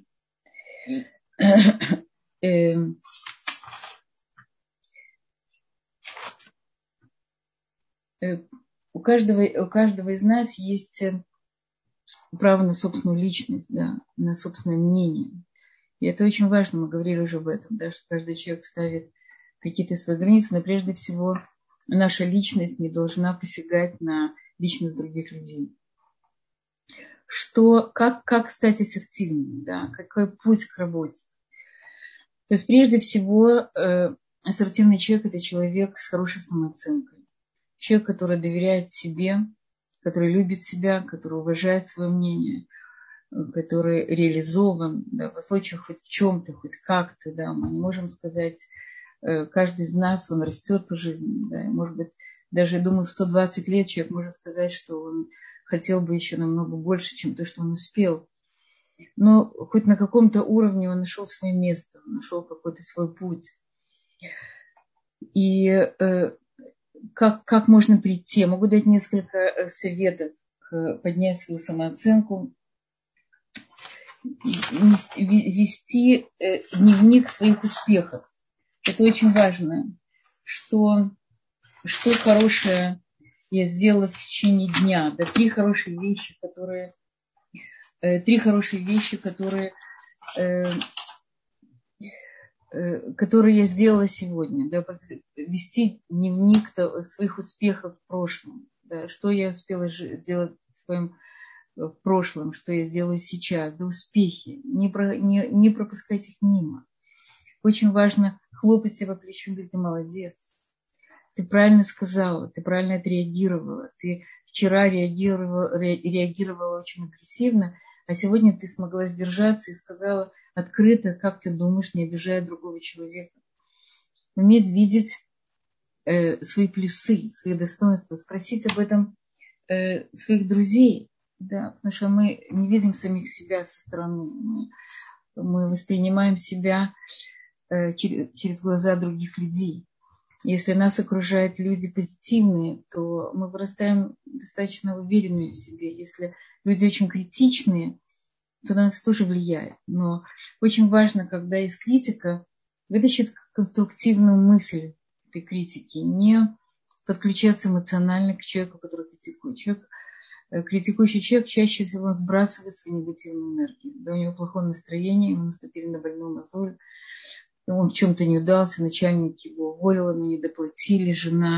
У каждого, у каждого из нас есть право на собственную личность, да, на собственное мнение. И это очень важно, мы говорили уже об этом, да, что каждый человек ставит какие-то свои границы, но прежде всего наша личность не должна посягать на личность других людей. Что, как, как стать ассертивным, да, какой путь к работе. То есть прежде всего э, ассертивный человек – это человек с хорошей самооценкой. Человек, который доверяет себе, который любит себя, который уважает свое мнение, который реализован, да, в случае хоть в чем-то, хоть как-то, да, мы не можем сказать, каждый из нас, он растет по жизни, да, и, может быть, даже, я думаю, в сто двадцать лет человек может сказать, что он хотел бы еще намного больше, чем то, что он успел, но хоть на каком-то уровне он нашел свое место, он нашел какой-то свой путь. И э, как, как можно прийти? Я могу дать несколько советов к поднять свою самооценку, вести дневник своих успехов. Это очень важно. Что, что хорошее я сделала в течение дня. Да, три хорошие вещи, которые, э, три хорошие вещи, которые, э, э, которые я сделала сегодня. Да, вести дневник своих успехов в прошлом. Да, что я успела сделать в своем в прошлом, что я сделаю сейчас, да, успехи. Не, про, не, не пропускать их мимо. Очень важно хлопать себя по плечу и говорить: ты молодец. Ты правильно сказала, ты правильно отреагировала. Ты вчера реагировала, ре, реагировала очень агрессивно, а сегодня ты смогла сдержаться и сказала открыто, как ты думаешь, не обижая другого человека. Уметь видеть э, свои плюсы, свои достоинства, спросить об этом э, своих друзей. Да, потому что мы не видим самих себя со стороны. Мы, мы воспринимаем себя э, через, через глаза других людей. Если нас окружают люди позитивные, то мы вырастаем достаточно уверенными в себе. Если люди очень критичные, то на нас тоже влияет. Но очень важно, когда есть критика, вытащить конструктивную мысль этой критики, не подключаться эмоционально к человеку, который критикует. Человек, критикующий человек чаще всего сбрасывает свою негативную энергию. Да, у него плохое настроение, ему наступили на больную мозоль, он в чем-то не удался, начальник его уволил, ему не доплатили, жена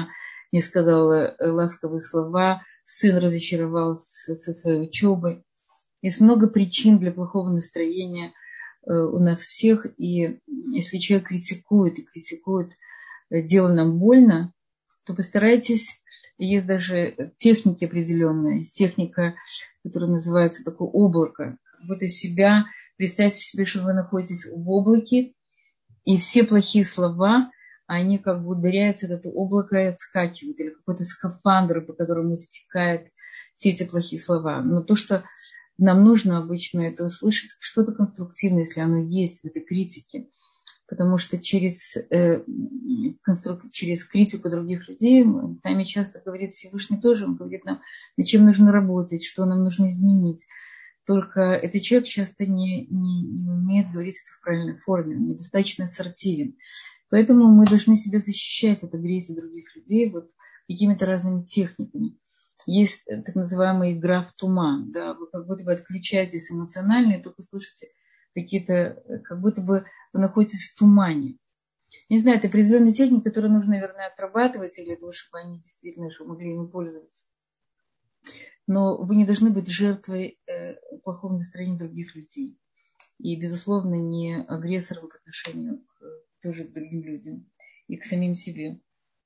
не сказал ласковые слова, сын разочаровался со своей учебой. Есть много причин для плохого настроения у нас всех. И если человек критикует и критикует, дело нам больно, то постарайтесь, есть даже техники определенные, есть техника, которая называется такое облако. Как будто себя, представьте себе, что вы находитесь в облаке, и все плохие слова, они как бы ударяются в это облако и отскакивают, или какой-то скафандр, по которому стекают все эти плохие слова. Но то, что нам нужно обычно, это услышать что-то конструктивное, если оно есть в этой критике. Потому что через, э, конструк... через критику других людей нами часто говорит Всевышний тоже, он говорит нам, над чем нужно работать, что нам нужно изменить. Только этот человек часто не, не, не умеет говорить это в правильной форме, он недостаточно ассертивен. Поэтому мы должны себя защищать от агрессии других людей вот какими-то разными техниками. Есть так называемая игра в туман. Да? Вы как будто бы отключаетесь эмоционально и только слышите какие-то, как будто бы вы находитесь в тумане. Не знаю, это определенная техника, которую нужно, наверное, отрабатывать для того, чтобы они действительно чтобы могли ими пользоваться. Но вы не должны быть жертвой э, плохого настроения других людей. И, безусловно, не агрессором по отношению к, тоже к другим людям и к самим себе.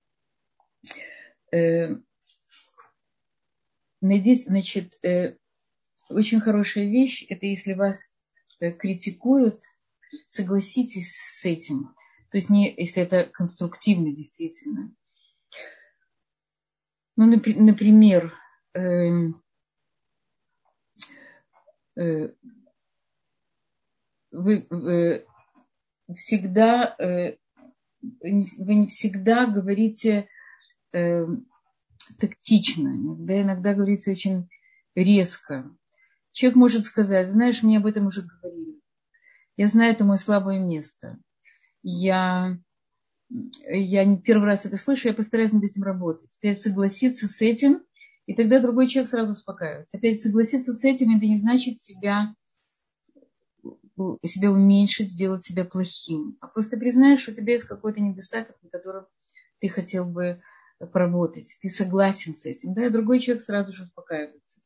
Э, найдите, значит, э, очень хорошая вещь, это если вас э, критикуют, согласитесь с этим. То есть, не, если это конструктивно действительно. Ну, например, э, э, вы, вы всегда, э, вы не всегда говорите э, тактично, иногда, иногда говорите очень резко. Человек может сказать, знаешь, мне об этом уже говорили. Я знаю, это мое слабое место. Я, я не первый раз это слышу, я постараюсь над этим работать. Опять согласиться с этим, и тогда другой человек сразу успокаивается. Опять согласиться с этим, это не значит себя, себя уменьшить, сделать себя плохим. А просто признаешь, что у тебя есть какой-то недостаток, на котором ты хотел бы поработать. Ты согласен с этим. Да, и другой человек сразу же успокаивается.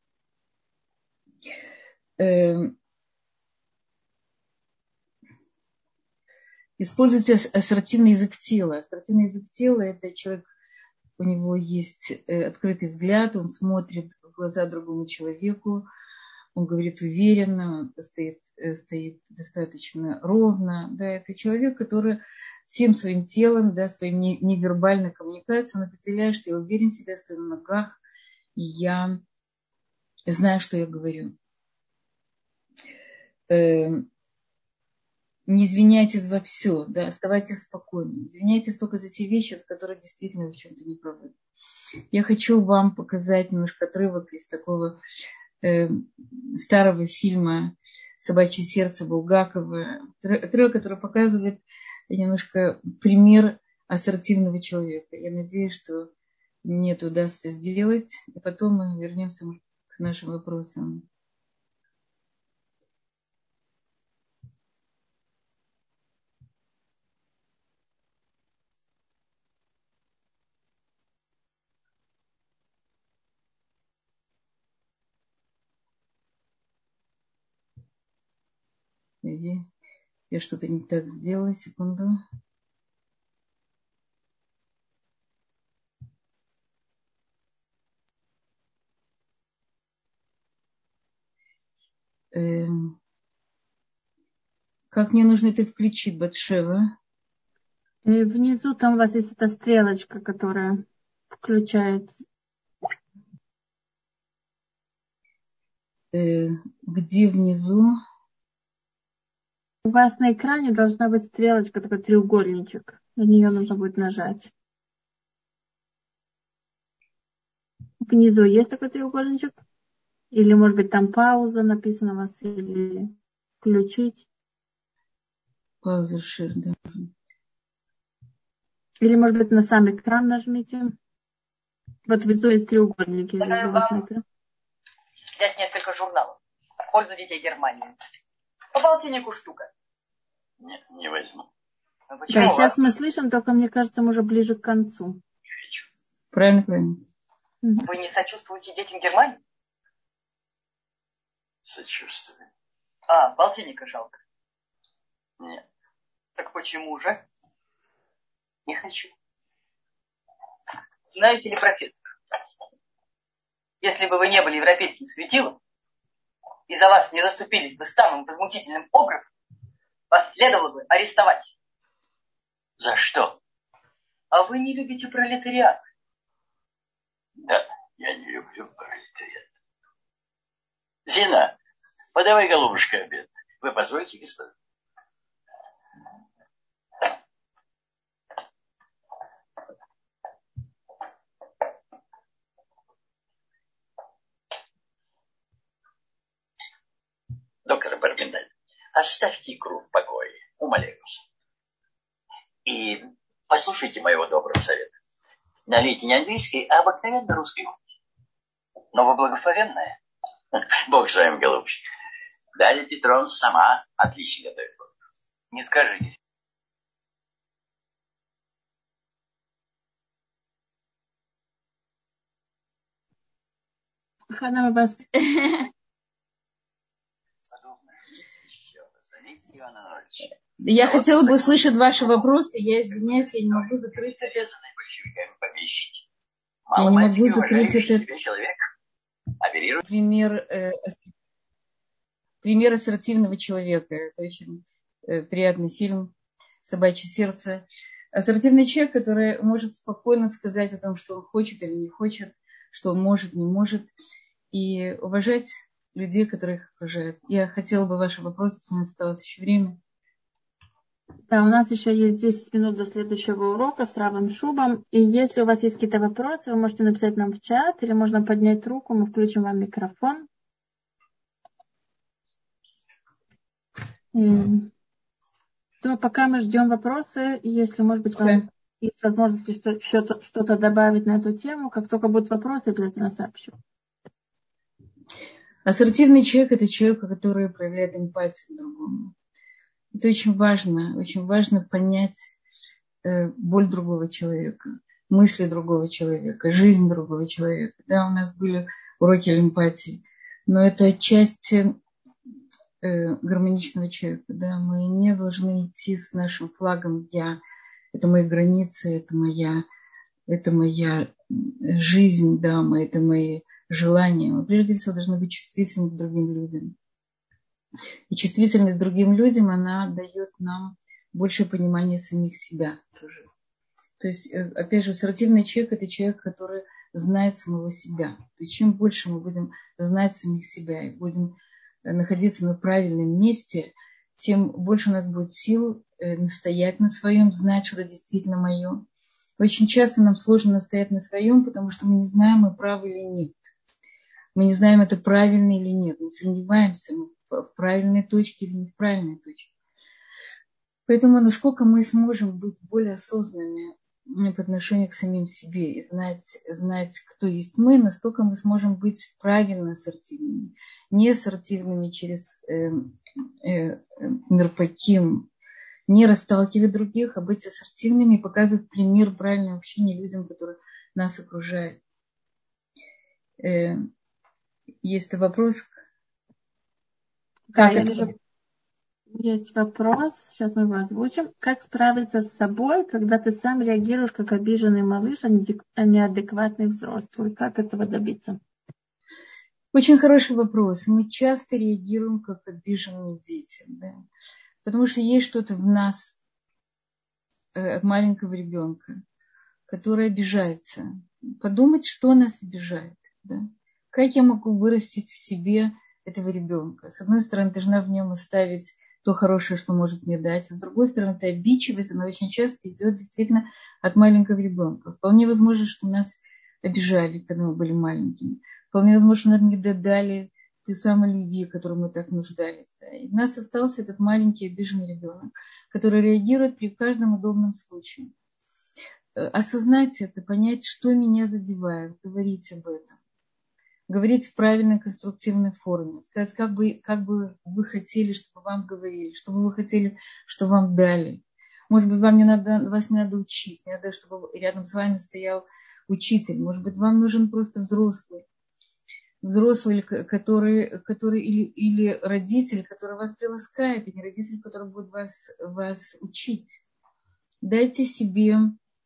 Используйте ассертивный язык тела. Ассертивный язык тела – это человек, у него есть открытый взгляд, он смотрит в глаза другому человеку, он говорит уверенно, он стоит, стоит достаточно ровно. Да, это человек, который всем своим телом, да, своей невербальной коммуникацией, он определяет, что я уверен в себе, стою на ногах, и я знаю, что я говорю. Не извиняйтесь во все, да, оставайтесь спокойны. Извиняйтесь только за те вещи, от которых действительно вы в чем-то не правы. Я хочу вам показать немножко отрывок из такого э, старого фильма «Собачье сердце» Булгакова. Отрывок, который показывает немножко пример ассертивного человека. Я надеюсь, что мне это удастся сделать. И потом мы вернемся к нашим вопросам. Я что-то не так сделала, секунду. Эм, как мне нужно это включить, Батшева? Внизу там у вас есть эта стрелочка, которая включает. Э, где внизу? У вас на экране должна быть стрелочка, такой треугольничек. На нее нужно будет нажать. Внизу есть такой треугольничек? Или, может быть, там пауза написана у вас, или включить? Пауза шир, да. Или, может быть, на сам экран нажмите. Вот внизу есть треугольники. Внизу вас на экран. Взять несколько журналов. В пользу детей Германии. По полтиннику штука. Не, не возьму. Да, сейчас мы слышим, только мне кажется, мы уже ближе к концу. Правильно, правильно. Вы не сочувствуете детям Германии? Сочувствую. А, полтинника жалко. Нет. Так почему же? Не хочу. Знаете ли, профессор, если бы вы не были европейским светилом, и за вас не заступились бы самым возмутительным образом, вас следовало бы арестовать. За что? А вы не любите пролетариат? Да, я не люблю пролетариат. Зина, подавай, голубушка, обед. Вы позволите, господа? Доктор Барбиндель, оставьте игру в покое, умоляю вас. И послушайте моего доброго совета. Налейте не английской, а обыкновенно русской водки. Но вы благословенная. Бог с вами, голубчик. Дарья Петровна сама отлично готовит водку. Не скажите. Хана, мы вас... Я хотела бы услышать ваши вопросы. Я извиняюсь, я не могу закрыть этот... Я не могу закрыть этот пример, э, пример ассертивного человека. Это очень э, приятный фильм «Собачье сердце». Ассертивный человек, который может спокойно сказать о том, что он хочет или не хочет, что он может, не может, и уважать людей, которые их окружают. Я хотела бы ваши вопросы, если у нас осталось еще время. Да, у нас еще есть десять минут до следующего урока с Равом Шубом. И если у вас есть какие-то вопросы, вы можете написать нам в чат, или можно поднять руку, мы включим вам микрофон. И... То пока мы ждем вопросы, если, может быть, вам есть возможность что-то, что-то добавить на эту тему, как только будут вопросы, обязательно сообщу. Ассертивный человек – это человек, который проявляет эмпатию к другому. Это очень важно. Очень важно понять э, боль другого человека, мысли другого человека, жизнь другого человека. Да, у нас были уроки эмпатии, но это часть э, гармоничного человека. Да. Мы не должны идти с нашим флагом «я». Это мои границы, это моя, это моя жизнь, да, это мои желания. Мы прежде всего должны быть чувствительны к другим людям. И чувствительность к другим людям, она дает нам большее понимание самих себя тоже. То есть, опять же, ассертивный человек – это человек, который знает самого себя. То есть, чем больше мы будем знать самих себя и будем находиться на правильном месте, тем больше у нас будет сил настоять на своем, знать, что это действительно мое. Очень часто нам сложно настоять на своем, потому что мы не знаем, мы правы или нет. Мы не знаем, это правильно или нет. Мы сомневаемся, мы в правильной точке или не в правильной точке. Поэтому насколько мы сможем быть более осознанными по отношению к самим себе и знать, знать, кто есть мы, настолько мы сможем быть правильно ассертивными. Не ассертивными через э, э, мерпаким, не расталкивать других, а быть ассертивными и показывать пример правильного общения людям, которые нас окружают. Э, есть вопрос? Да, Как я это? вижу, есть вопрос, сейчас мы его озвучим. Как справиться с собой, когда ты сам реагируешь как обиженный малыш, а неадекватный взрослый? Как этого добиться? Очень хороший вопрос. Мы часто реагируем как обиженные дети, да? Потому что есть что-то в нас, э, маленького ребенка, который обижается. Подумать, что нас обижает. Да? Как я могу вырастить в себе этого ребенка? С одной стороны, должна в нем оставить то хорошее, что может мне дать. С другой стороны, эта обидчивость, она очень часто идет действительно от маленького ребенка. Вполне возможно, что нас обижали, когда мы были маленькими. Вполне возможно, что нам не додали той самой любви, в которой мы так нуждались. Да. И у нас остался этот маленький обиженный ребенок, который реагирует при каждом удобном случае. Осознать это, понять, что меня задевает, говорить об этом. Говорить в правильной конструктивной форме. Сказать, как бы, как бы вы хотели, чтобы вам говорили, что бы вы хотели, чтобы вам дали. Может быть, вам не надо, вас не надо учить, не надо, чтобы рядом с вами стоял учитель, может быть, вам нужен просто взрослый. Взрослый, который, который или, или родитель, который вас приласкает, или родитель, который будет вас, вас учить. Дайте себе,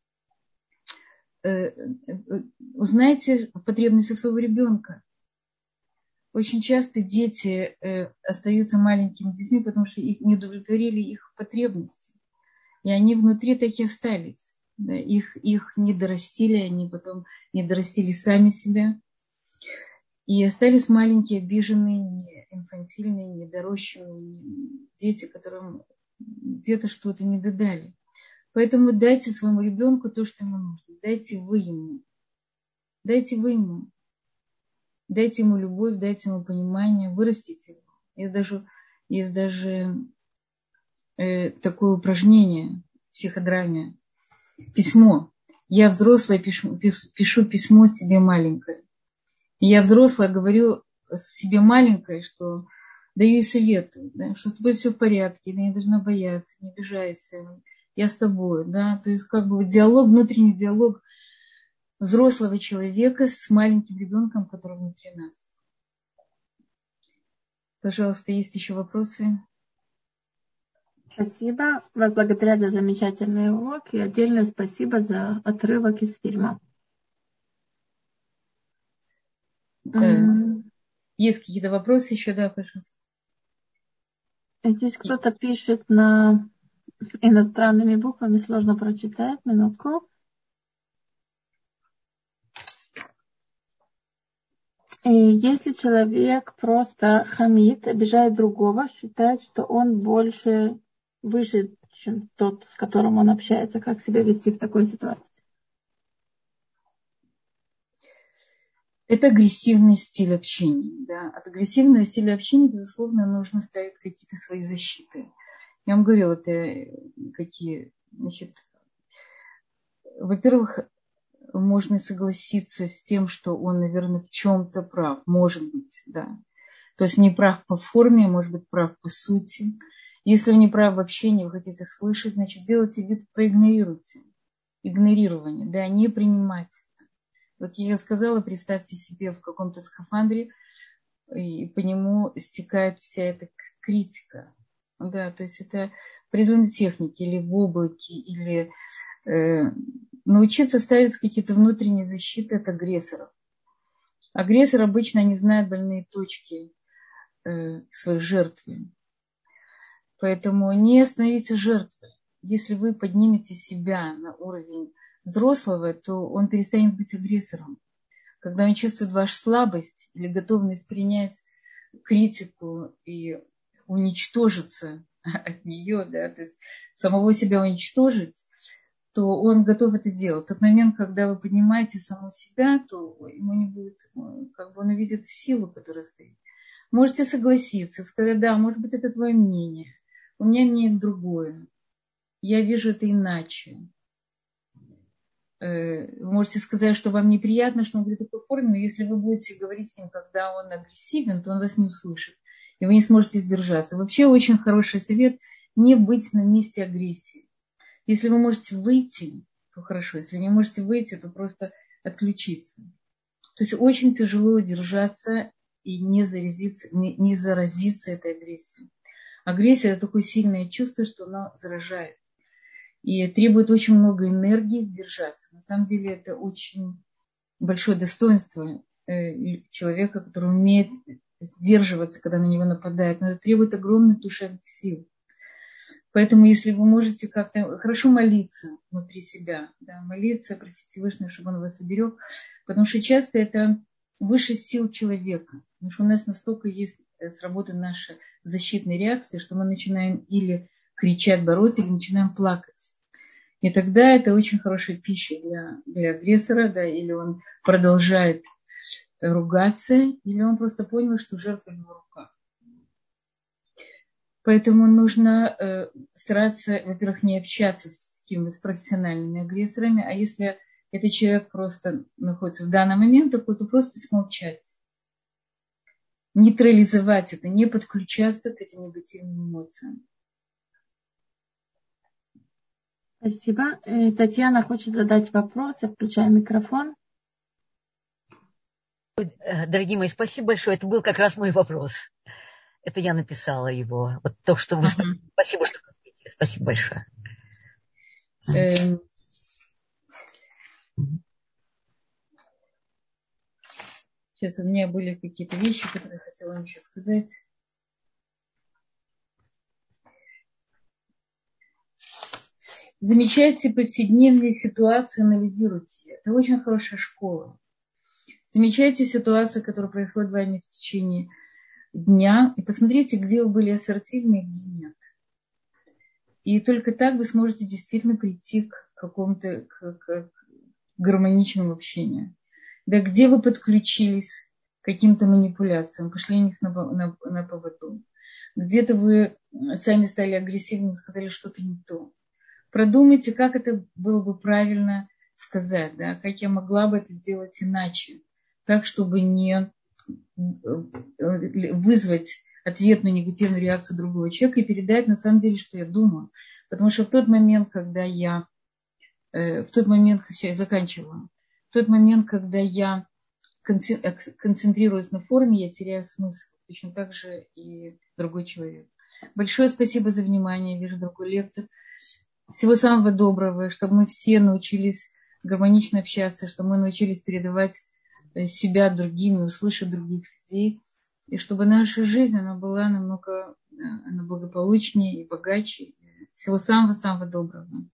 э, э, узнайте потребности своего ребенка. Очень часто дети э, остаются маленькими детьми, потому что их не удовлетворили их потребности. И они внутри так и остались. Да, их, их не дорастили, они потом не дорастили сами себя. И остались маленькие, обиженные, не инфантильные, недорощенные дети, которым где-то что-то не додали. Поэтому дайте своему ребенку то, что ему нужно. Дайте вы ему. Дайте вы ему. Дайте ему любовь, дайте ему понимание, вырастите его. Есть даже, есть даже э, такое упражнение в психодраме. Письмо. Я взрослая пишу, пишу письмо себе маленькое. Я взрослая говорю себе маленькой, что даю ей советы, да, что с тобой все в порядке, ты не должна бояться, не обижайся, я с тобой. Да. То есть как бы диалог, внутренний диалог взрослого человека с маленьким ребенком, который внутри нас. Пожалуйста, есть еще вопросы? Спасибо. Вас благодарят за замечательный урок и отдельное спасибо за отрывок из фильма. Есть какие-то вопросы еще? Да, пожалуйста. Здесь кто-то пишет на иностранными буквами, сложно прочитать. Минутку. И если человек просто хамит, обижает другого, считает, что он больше выше, чем тот, с которым он общается, как себя вести в такой ситуации? Это агрессивный стиль общения. Да. От агрессивного стиля общения, безусловно, нужно ставить какие-то свои защиты. Я вам говорила, это какие, значит, во-первых, можно согласиться с тем, что он, наверное, в чем-то прав, может быть, да. То есть не прав по форме, может быть, прав по сути. Если он не прав в общении, вы хотите слышать, значит, делайте вид, проигнорируйте. Игнорирование, да, не принимать. Вот я сказала, представьте себе в каком-то скафандре, и по нему стекает вся эта критика. Да, то есть это определенные техники, или в облаке, или э, научиться ставить какие-то внутренние защиты от агрессоров. Агрессор обычно не знает больные точки э, своей жертвы. Поэтому не становитесь жертвой. Если вы поднимете себя на уровень взрослого, то он перестанет быть агрессором. Когда он чувствует вашу слабость или готовность принять критику и уничтожиться от нее, да, то есть самого себя уничтожить, то он готов это делать. В тот момент, когда вы поднимаете самого себя, то ему не будет, как бы он увидит силу, которая стоит. Можете согласиться, сказать, да, может быть, это твое мнение, у меня мнение другое, я вижу это иначе. Вы можете сказать, что вам неприятно, что он говорит такой форме, но если вы будете говорить с ним, когда он агрессивен, то он вас не услышит, и вы не сможете сдержаться. Вообще очень хороший совет – не быть на месте агрессии. Если вы можете выйти, то хорошо, если не можете выйти, то просто отключиться. То есть очень тяжело удержаться и не заразиться, не, не заразиться этой агрессией. Агрессия – это такое сильное чувство, что оно заражает. И требует очень много энергии сдержаться. На самом деле это очень большое достоинство человека, который умеет сдерживаться, когда на него нападают. Но это требует огромных душевных сил. Поэтому если вы можете как-то хорошо молиться внутри себя, да, молиться, просить Всевышнего, чтобы он вас уберег, потому что часто это выше сил человека. Потому что у нас настолько есть сработана наша защитная реакция, что мы начинаем или кричать, бороться, или начинаем плакать. И тогда это очень хорошая пища для, для агрессора, да, или он продолжает ругаться, или он просто понял, что жертва в его руках. Поэтому нужно э, стараться, во-первых, не общаться с такими с профессиональными агрессорами, а если этот человек просто находится в данный момент такой, то просто смолчать. Нейтрализовать это, не подключаться к этим негативным эмоциям. Спасибо. Татьяна хочет задать вопрос. Я включаю микрофон. Дорогие мои, спасибо большое. Это был как раз мой вопрос. Это я написала его. Вот то, что вы сказали. Uh-huh. Спасибо, что говорите. Спасибо большое. Эм... Сейчас у меня были какие-то вещи, которые я хотела вам еще сказать. Замечайте повседневные ситуации, анализируйте. Это очень хорошая школа. Замечайте ситуации, которые происходят с вами в течение дня, и посмотрите, где вы были ассертивны, где нет. И только так вы сможете действительно прийти к какому-то к, к, к гармоничному общению. Да, где вы подключились к каким-то манипуляциям, пошли у них на, на, на поводу. Где-то вы сами стали агрессивными, сказали что-то не то. Продумайте, как это было бы правильно сказать, да, как я могла бы это сделать иначе, так, чтобы не вызвать ответную негативную реакцию другого человека и передать на самом деле, что я думаю. Потому что в тот момент, когда я, в тот момент, сейчас я заканчиваю, в тот момент, когда я концентрируюсь на форме, я теряю смысл. Точно так же и другой человек. Большое спасибо за внимание. Я вижу другой лектор. Всего самого доброго, чтобы мы все научились гармонично общаться, чтобы мы научились передавать себя другим и услышать других людей, и чтобы наша жизнь она была намного она благополучнее и богаче. Всего самого-самого доброго.